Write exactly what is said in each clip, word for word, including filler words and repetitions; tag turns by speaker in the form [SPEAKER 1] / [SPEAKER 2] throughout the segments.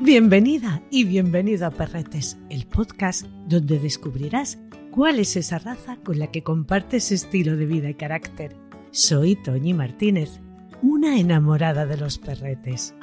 [SPEAKER 1] Bienvenida y bienvenido a Perretes, el podcast donde descubrirás cuál es esa raza con la que compartes estilo de vida y carácter. Soy Toñi Martínez, una enamorada de los perretes.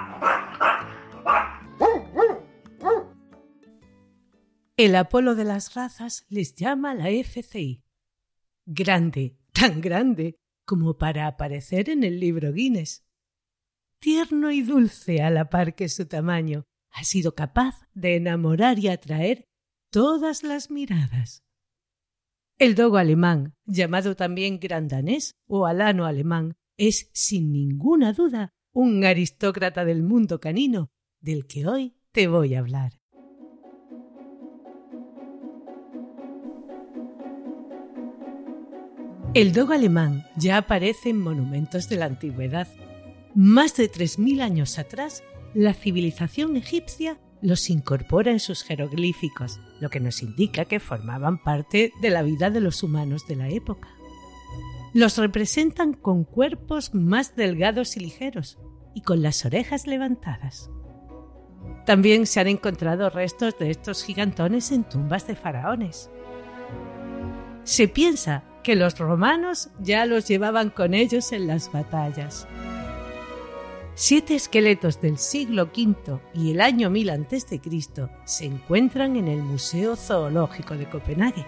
[SPEAKER 1] El Apolo de las razas les llama la F C I. Grande, tan grande como para aparecer en el libro Guinness. Tierno y dulce a la par que su tamaño, ha sido capaz de enamorar y atraer todas las miradas. El dogo alemán, llamado también gran danés o alano alemán, es sin ninguna duda un aristócrata del mundo canino del que hoy te voy a hablar. El dogo alemán ya aparece en monumentos de la antigüedad. Más de tres mil años atrás, la civilización egipcia los incorpora en sus jeroglíficos, lo que nos indica que formaban parte de la vida de los humanos de la época. Los representan con cuerpos más delgados y ligeros y con las orejas levantadas. También se han encontrado restos de estos gigantones en tumbas de faraones. Se piensa que los romanos ya los llevaban con ellos en las batallas. Siete esqueletos del siglo quinto y el año mil antes de Cristo se encuentran en el Museo Zoológico de Copenhague.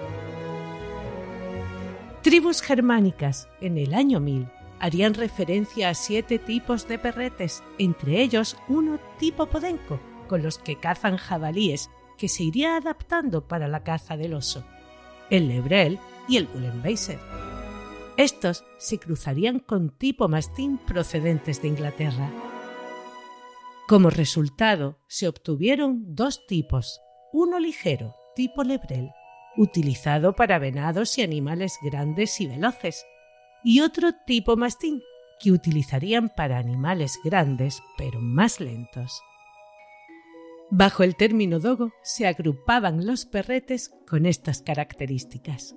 [SPEAKER 1] Tribus germánicas en el año mil harían referencia a siete tipos de perretes, entre ellos uno tipo podenco, con los que cazan jabalíes, que se iría adaptando para la caza del oso, el lebrel y el Bullenbeiser. Estos se cruzarían con tipo mastín procedentes de Inglaterra. Como resultado, se obtuvieron dos tipos, uno ligero, tipo lebrel, utilizado para venados y animales grandes y veloces, y otro tipo mastín, que utilizarían para animales grandes pero más lentos. Bajo el término dogo se agrupaban los perretes con estas características.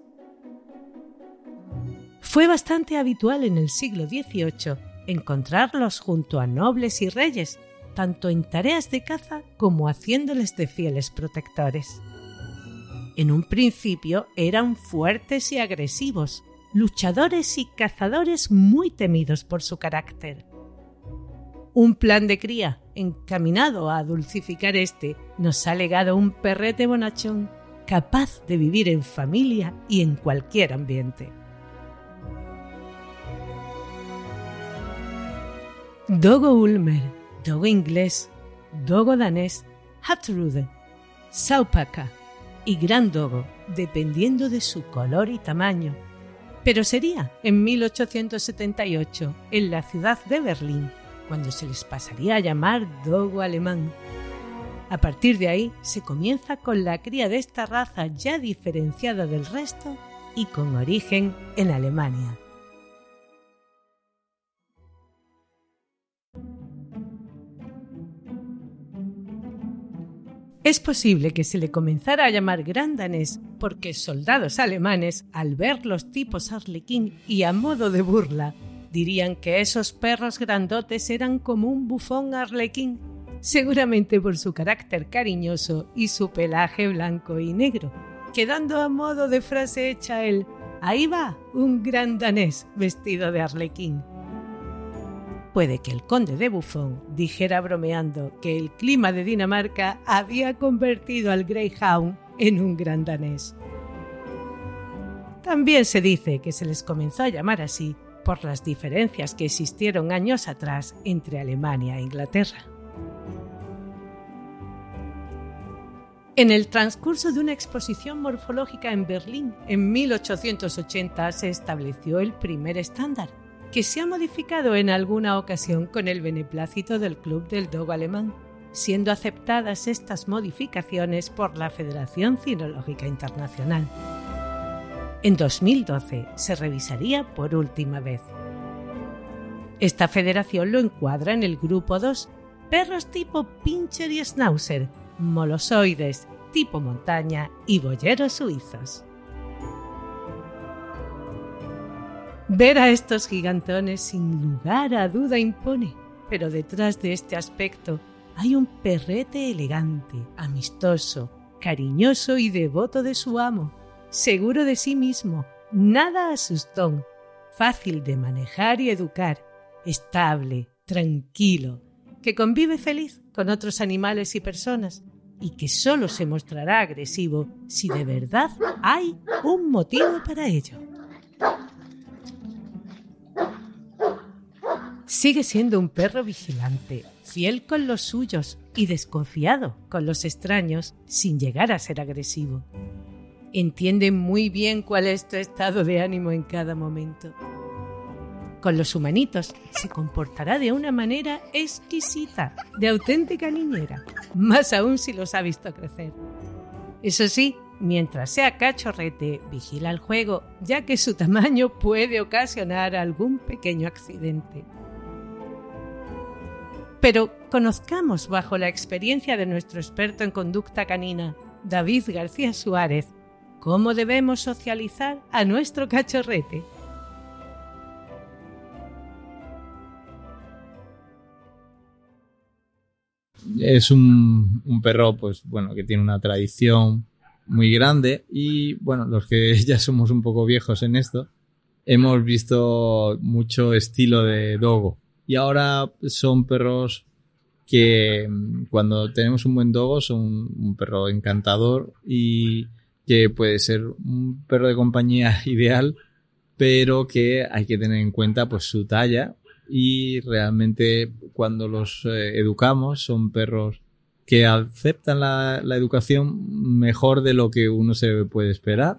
[SPEAKER 1] Fue bastante habitual en el siglo dieciocho encontrarlos junto a nobles y reyes, tanto en tareas de caza como haciéndoles de fieles protectores. En un principio eran fuertes y agresivos, luchadores y cazadores muy temidos por su carácter. Un plan de cría encaminado a dulcificar este nos ha legado un perrete bonachón capaz de vivir en familia y en cualquier ambiente. Dogo Ulmer, dogo inglés, dogo danés, Hatrude, Saupaka y gran dogo, dependiendo de su color y tamaño. Pero sería en mil ochocientos setenta y ocho, en la ciudad de Berlín, cuando se les pasaría a llamar dogo alemán. A partir de ahí se comienza con la cría de esta raza ya diferenciada del resto y con origen en Alemania. Es posible que se le comenzara a llamar gran danés porque soldados alemanes, al ver los tipos arlequín y a modo de burla, dirían que esos perros grandotes eran como un bufón arlequín, seguramente por su carácter cariñoso y su pelaje blanco y negro, quedando a modo de frase hecha el «ahí va un gran danés vestido de arlequín». Puede que el conde de Buffon dijera bromeando que el clima de Dinamarca había convertido al Greyhound en un gran danés. También se dice que se les comenzó a llamar así por las diferencias que existieron años atrás entre Alemania e Inglaterra. En el transcurso de una exposición morfológica en Berlín en mil ochocientos ochenta se estableció el primer estándar, que se ha modificado en alguna ocasión con el beneplácito del Club del Dogo Alemán, siendo aceptadas estas modificaciones por la Federación Cinológica Internacional. En dos mil doce se revisaría por última vez. Esta federación lo encuadra en el grupo dos, perros tipo Pinscher y Schnauzer, molosoides, tipo montaña y boyeros suizos. Ver a estos gigantones sin lugar a duda impone, pero detrás de este aspecto hay un perrete elegante, amistoso, cariñoso y devoto de su amo, seguro de sí mismo, nada asustón, fácil de manejar y educar, estable, tranquilo, que convive feliz con otros animales y personas y que solo se mostrará agresivo si de verdad hay un motivo para ello. Sigue siendo un perro vigilante, fiel con los suyos y desconfiado con los extraños sin llegar a ser agresivo. Entiende muy bien cuál es tu estado de ánimo en cada momento. Con los humanitos se comportará de una manera exquisita, de auténtica niñera, más aún si los ha visto crecer. Eso sí, mientras sea cachorrete, vigila el juego, ya que su tamaño puede ocasionar algún pequeño accidente. Pero conozcamos bajo la experiencia de nuestro experto en conducta canina, David García Suárez, cómo debemos socializar a nuestro cachorrete.
[SPEAKER 2] Es un, un perro, pues bueno, que tiene una tradición muy grande y bueno, los que ya somos un poco viejos en esto, hemos visto mucho estilo de dogo y ahora son perros que cuando tenemos un buen dogo son un perro encantador y que puede ser un perro de compañía ideal, pero que hay que tener en cuenta pues su talla. Y realmente cuando los eh, educamos son perros que aceptan la, la educación mejor de lo que uno se puede esperar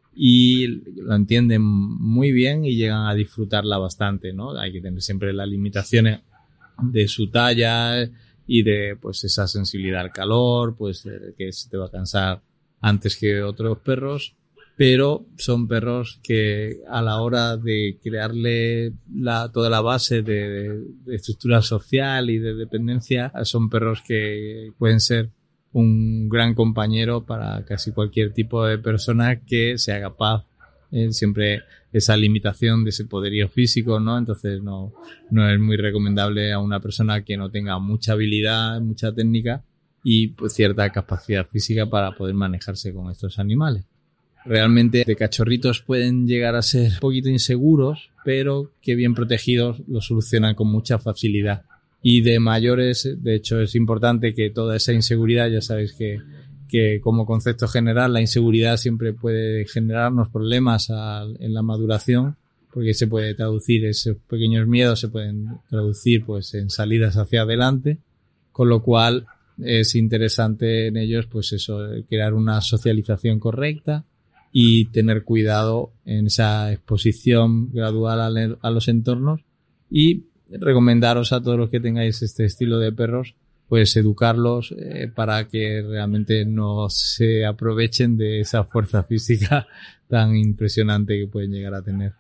[SPEAKER 2] y lo entienden muy bien y llegan a disfrutarla bastante, ¿no? Hay que tener siempre las limitaciones de su talla y de pues esa sensibilidad al calor, pues eh, que se te va a cansar antes que otros perros. Pero son perros que a la hora de crearle la, toda la base de, de, de estructura social y de dependencia, son perros que pueden ser un gran compañero para casi cualquier tipo de persona que sea capaz, eh, siempre esa limitación de ese poderío físico, ¿no? Entonces no, no es muy recomendable a una persona que no tenga mucha habilidad, mucha técnica y pues cierta capacidad física para poder manejarse con estos animales. Realmente de cachorritos pueden llegar a ser un poquito inseguros, pero que bien protegidos lo solucionan con mucha facilidad. Y de mayores, de hecho, es importante que toda esa inseguridad, ya sabéis que, que como concepto general la inseguridad siempre puede generarnos problemas al, en la maduración, porque se puede traducir, esos pequeños miedos se pueden traducir pues en salidas hacia adelante, con lo cual es interesante en ellos pues eso, crear una socialización correcta y tener cuidado en esa exposición gradual a, a los entornos y recomendaros a todos los que tengáis este estilo de perros pues educarlos eh, para que realmente no se aprovechen de esa fuerza física tan impresionante que pueden llegar a tener.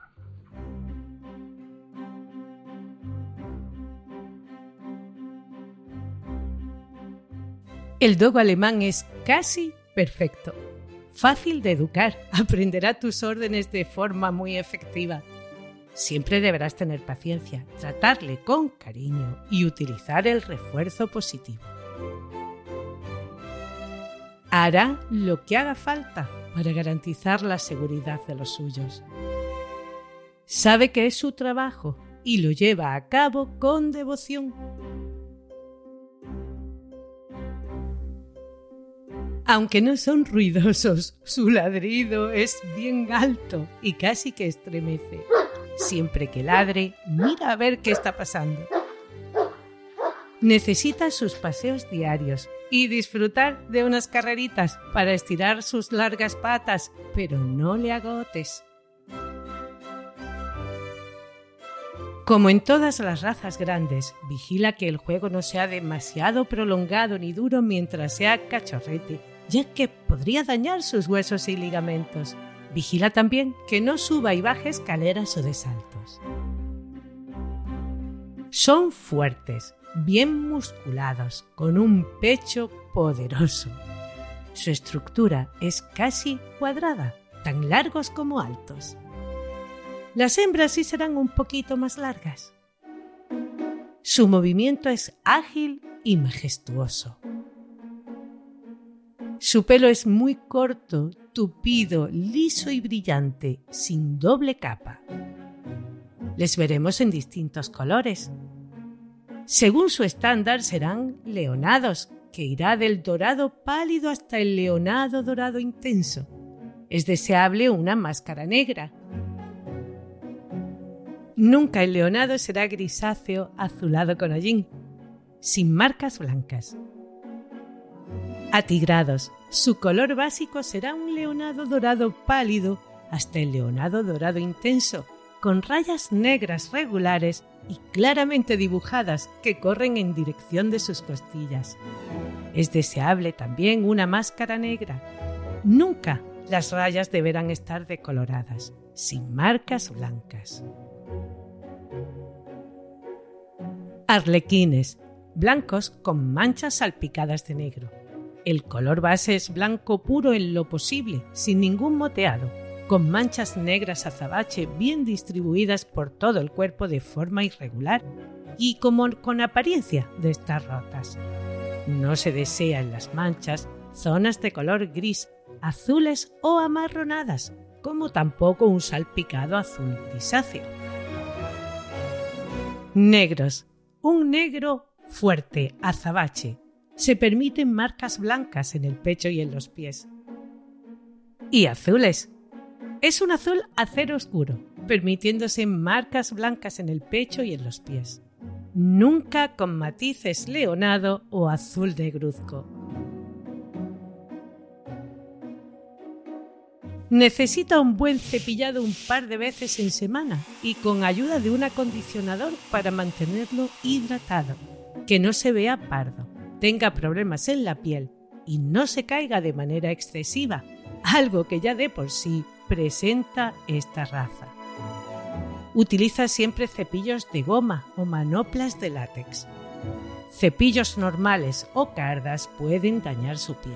[SPEAKER 1] El dogo alemán es casi perfecto. Fácil de educar, aprenderá tus órdenes de forma muy efectiva. Siempre deberás tener paciencia, tratarle con cariño y utilizar el refuerzo positivo. Hará lo que haga falta para garantizar la seguridad de los suyos. Sabe que es su trabajo y lo lleva a cabo con devoción. Aunque no son ruidosos, su ladrido es bien alto y casi que estremece. Siempre que ladre, mira a ver qué está pasando. Necesita sus paseos diarios y disfrutar de unas carreritas para estirar sus largas patas, pero no le agotes. Como en todas las razas grandes, vigila que el juego no sea demasiado prolongado ni duro mientras sea cachorrete, ya que podría dañar sus huesos y ligamentos. Vigila también que no suba y baje escaleras o de saltos. Son fuertes, bien musculados, con un pecho poderoso. Su estructura es casi cuadrada, tan largos como altos. Las hembras sí serán un poquito más largas. Su movimiento es ágil y majestuoso. Su pelo es muy corto, tupido, liso y brillante, sin doble capa. Les veremos en distintos colores. Según su estándar serán leonados, que irá del dorado pálido hasta el leonado dorado intenso. Es deseable una máscara negra. Nunca el leonado será grisáceo azulado con hollín, sin marcas blancas. Atigrados, su color básico será un leonado dorado pálido hasta el leonado dorado intenso, con rayas negras regulares y claramente dibujadas que corren en dirección de sus costillas. Es deseable también una máscara negra. Nunca las rayas deberán estar decoloradas, sin marcas blancas. Arlequines, blancos con manchas salpicadas de negro. El color base es blanco puro en lo posible, sin ningún moteado, con manchas negras azabache bien distribuidas por todo el cuerpo de forma irregular y como con apariencia de estar rotas. No se desea en las manchas zonas de color gris, azules o amarronadas, como tampoco un salpicado azul grisáceo. Negros. Un negro fuerte, azabache. Se permiten marcas blancas en el pecho y en los pies. Y azules. Es un azul acero oscuro, permitiéndose marcas blancas en el pecho y en los pies. Nunca con matices leonado o azul negruzco. Necesita un buen cepillado un par de veces en semana y con ayuda de un acondicionador para mantenerlo hidratado, que no se vea pardo, tenga problemas en la piel y no se caiga de manera excesiva, algo que ya de por sí presenta esta raza. Utiliza siempre cepillos de goma o manoplas de látex. Cepillos normales o cardas pueden dañar su piel.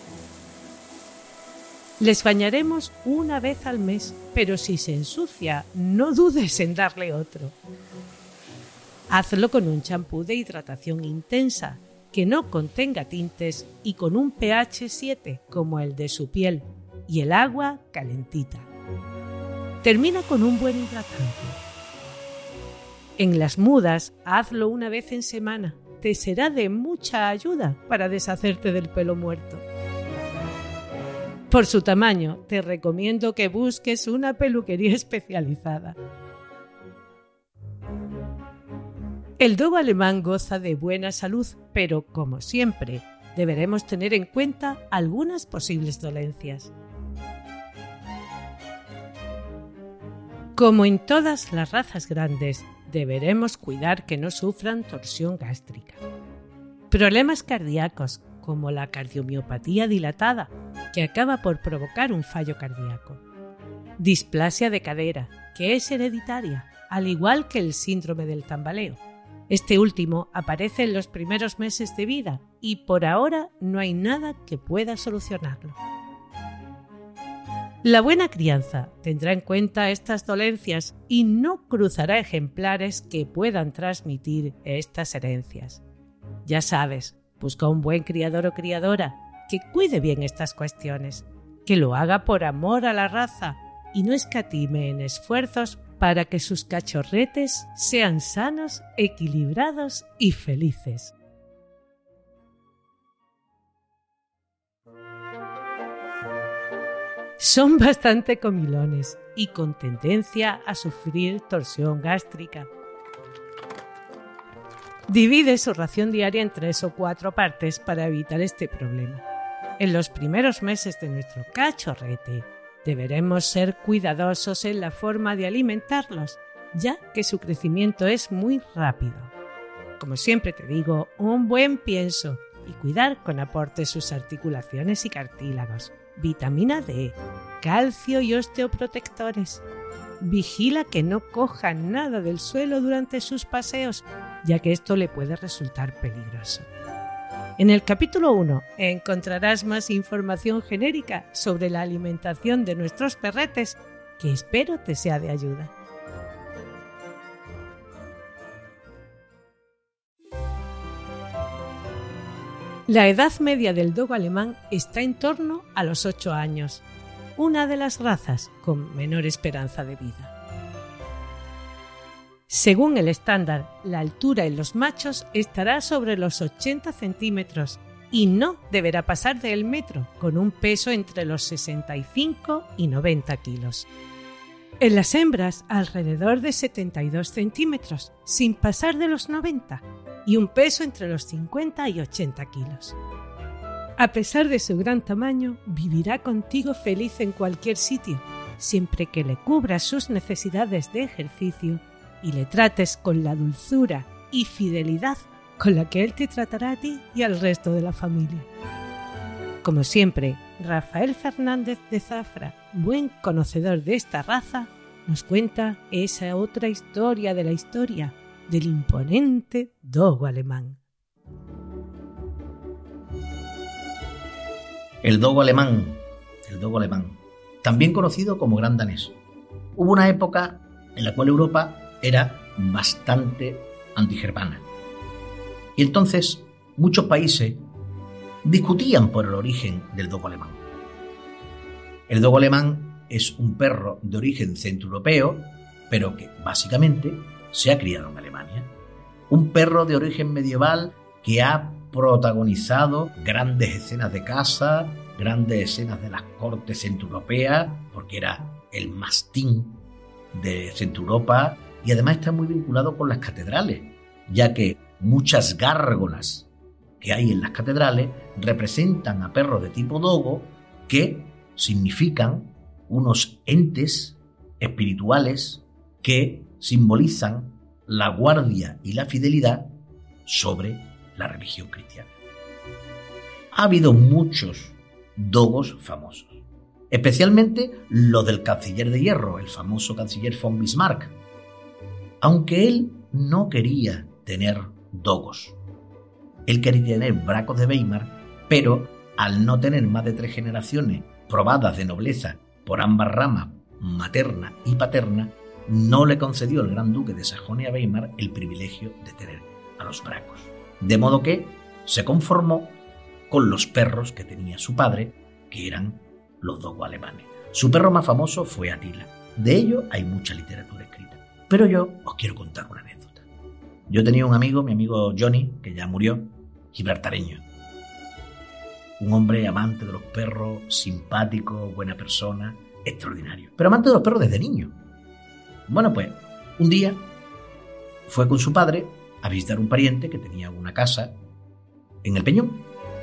[SPEAKER 1] Les bañaremos una vez al mes, pero si se ensucia, no dudes en darle otro. Hazlo con un champú de hidratación intensa, que no contenga tintes y con un pH siete como el de su piel, y el agua calentita. Termina con un buen hidratante. En las mudas, hazlo una vez en semana. Te será de mucha ayuda para deshacerte del pelo muerto. Por su tamaño, te recomiendo que busques una peluquería especializada. El dogo alemán goza de buena salud, pero, como siempre, deberemos tener en cuenta algunas posibles dolencias. Como en todas las razas grandes, deberemos cuidar que no sufran torsión gástrica. Problemas cardíacos, como la cardiomiopatía dilatada, que acaba por provocar un fallo cardíaco. Displasia de cadera, que es hereditaria, al igual que el síndrome del tambaleo. Este último aparece en los primeros meses de vida y por ahora no hay nada que pueda solucionarlo. La buena crianza tendrá en cuenta estas dolencias y no cruzará ejemplares que puedan transmitir estas herencias. Ya sabes, busca un buen criador o criadora que cuide bien estas cuestiones, que lo haga por amor a la raza y no escatime en esfuerzos para que sus cachorretes sean sanos, equilibrados y felices. Son bastante comilones y con tendencia a sufrir torsión gástrica. Divide su ración diaria en tres o cuatro partes para evitar este problema. En los primeros meses de nuestro cachorrete, deberemos ser cuidadosos en la forma de alimentarlos, ya que su crecimiento es muy rápido. Como siempre te digo, un buen pienso y cuidar con aporte sus articulaciones y cartílagos, vitamina D, calcio y osteoprotectores. Vigila que no coja nada del suelo durante sus paseos, ya que esto le puede resultar peligroso. En el capítulo uno encontrarás más información genérica sobre la alimentación de nuestros perretes, que espero te sea de ayuda. La edad media del dogo alemán está en torno a los ocho años, una de las razas con menor esperanza de vida. Según el estándar, la altura en los machos estará sobre los ochenta centímetros y no deberá pasar del metro, con un peso entre los sesenta y cinco y noventa kilos. En las hembras, alrededor de setenta y dos centímetros, sin pasar de los noventa, y un peso entre los cincuenta y ochenta kilos. A pesar de su gran tamaño, vivirá contigo feliz en cualquier sitio, siempre que le cubras sus necesidades de ejercicio y le trates con la dulzura y fidelidad con la que él te tratará a ti y al resto de la familia. Como siempre, Rafael Fernández de Zafra, buen conocedor de esta raza, nos cuenta esa otra historia de la historia del imponente dogo alemán.
[SPEAKER 3] El dogo alemán, el dogo alemán, también conocido como gran danés. Hubo una época en la cual Europa era bastante antigermana. Y entonces muchos países discutían por el origen del dogo alemán. El dogo alemán es un perro de origen centroeuropeo, pero que básicamente se ha criado en Alemania. Un perro de origen medieval que ha protagonizado grandes escenas de caza, grandes escenas de las cortes centroeuropeas, porque era el mastín de Centroeuropa, y además está muy vinculado con las catedrales, ya que muchas gárgolas que hay en las catedrales representan a perros de tipo dogo que significan unos entes espirituales que simbolizan la guardia y la fidelidad sobre la religión cristiana. Ha habido muchos dogos famosos, especialmente los del canciller de hierro, el famoso canciller von Bismarck, aunque él no quería tener dogos. Él quería tener bracos de Weimar, pero al no tener más de tres generaciones probadas de nobleza por ambas ramas, materna y paterna, no le concedió el gran duque de Sajonia-Weimar el privilegio de tener a los bracos. De modo que se conformó con los perros que tenía su padre, que eran los dogo alemanes. Su perro más famoso fue Atila. De ello hay mucha literatura escrita. Pero yo os quiero contar una anécdota. Yo tenía un amigo, mi amigo Johnny, que ya murió, gibraltareño. Un hombre amante de los perros, simpático, buena persona, extraordinario. Pero amante de los perros desde niño. Bueno, pues, un día fue con su padre a visitar un pariente que tenía una casa en el Peñón.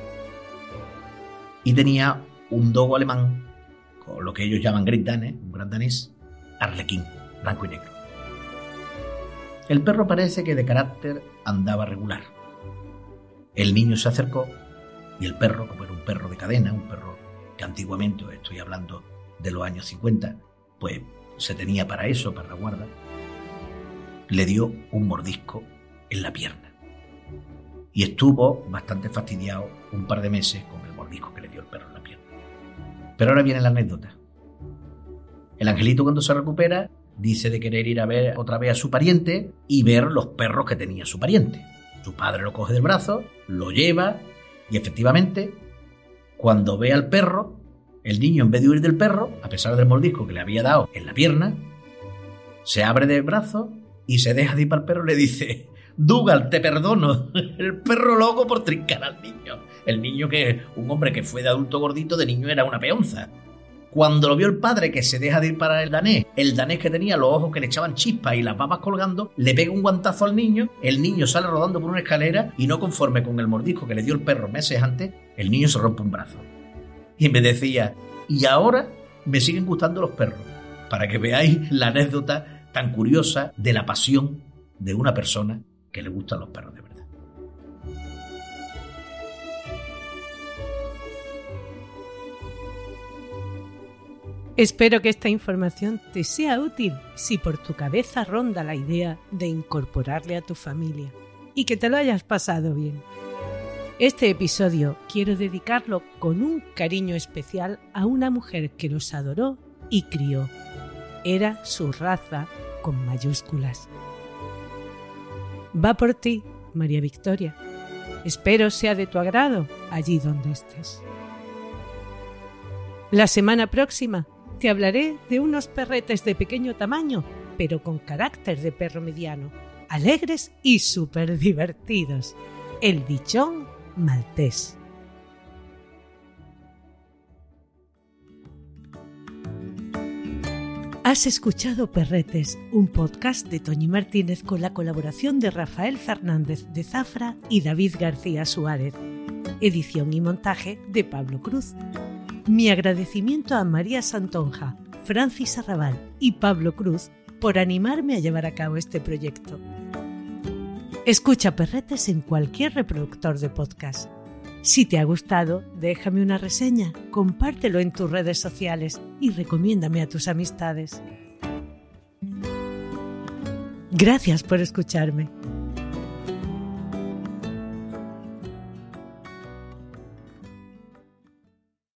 [SPEAKER 3] Y tenía un dogo alemán, con lo que ellos llaman Great Dane, un gran danés, arlequín, blanco y negro. El perro parece que de carácter andaba regular. El niño se acercó y el perro, como era un perro de cadena, un perro que antiguamente, estoy hablando de los años cincuenta, pues se tenía para eso, para la guarda, le dio un mordisco en la pierna. Y estuvo bastante fastidiado un par de meses con el mordisco que le dio el perro en la pierna. Pero ahora viene la anécdota. El angelito, cuando se recupera, dice de querer ir a ver otra vez a su pariente y ver los perros que tenía su pariente. Su padre lo coge del brazo, lo lleva y efectivamente, cuando ve al perro, el niño, en vez de huir del perro, a pesar del mordisco que le había dado en la pierna, se abre de brazo y se deja de ir para el perro y le dice: Dougal, te perdono. El perro loco por trincar al niño. El niño, que un hombre que fue de adulto gordito, de niño era una peonza. Cuando lo vio el padre, que se deja de ir para el danés, el danés, que tenía los ojos que le echaban chispas y las babas colgando, le pega un guantazo al niño, el niño sale rodando por una escalera y, no conforme con el mordisco que le dio el perro meses antes, el niño se rompe un brazo. Y me decía: y ahora me siguen gustando los perros. Para que veáis la anécdota tan curiosa de la pasión de una persona que le gustan los perros de verdad.
[SPEAKER 1] Espero que esta información te sea útil si por tu cabeza ronda la idea de incorporarle a tu familia y que te lo hayas pasado bien. Este episodio quiero dedicarlo con un cariño especial a una mujer que los adoró y crió. Era su raza con mayúsculas. Va por ti, María Victoria. Espero sea de tu agrado allí donde estés. La semana próxima te hablaré de unos perretes de pequeño tamaño, pero con carácter de perro mediano, alegres y súper divertidos. El bichón maltés. Has escuchado Perretes, un podcast de Toñi Martínez con la colaboración de Rafael Fernández de Zafra y David García Suárez. Edición y montaje de Pablo Cruz. Mi agradecimiento a María Santonja, Francis Arrabal y Pablo Cruz por animarme a llevar a cabo este proyecto. Escucha Perretes en cualquier reproductor de podcast. Si te ha gustado, déjame una reseña, compártelo en tus redes sociales y recomiéndame a tus amistades. Gracias por escucharme.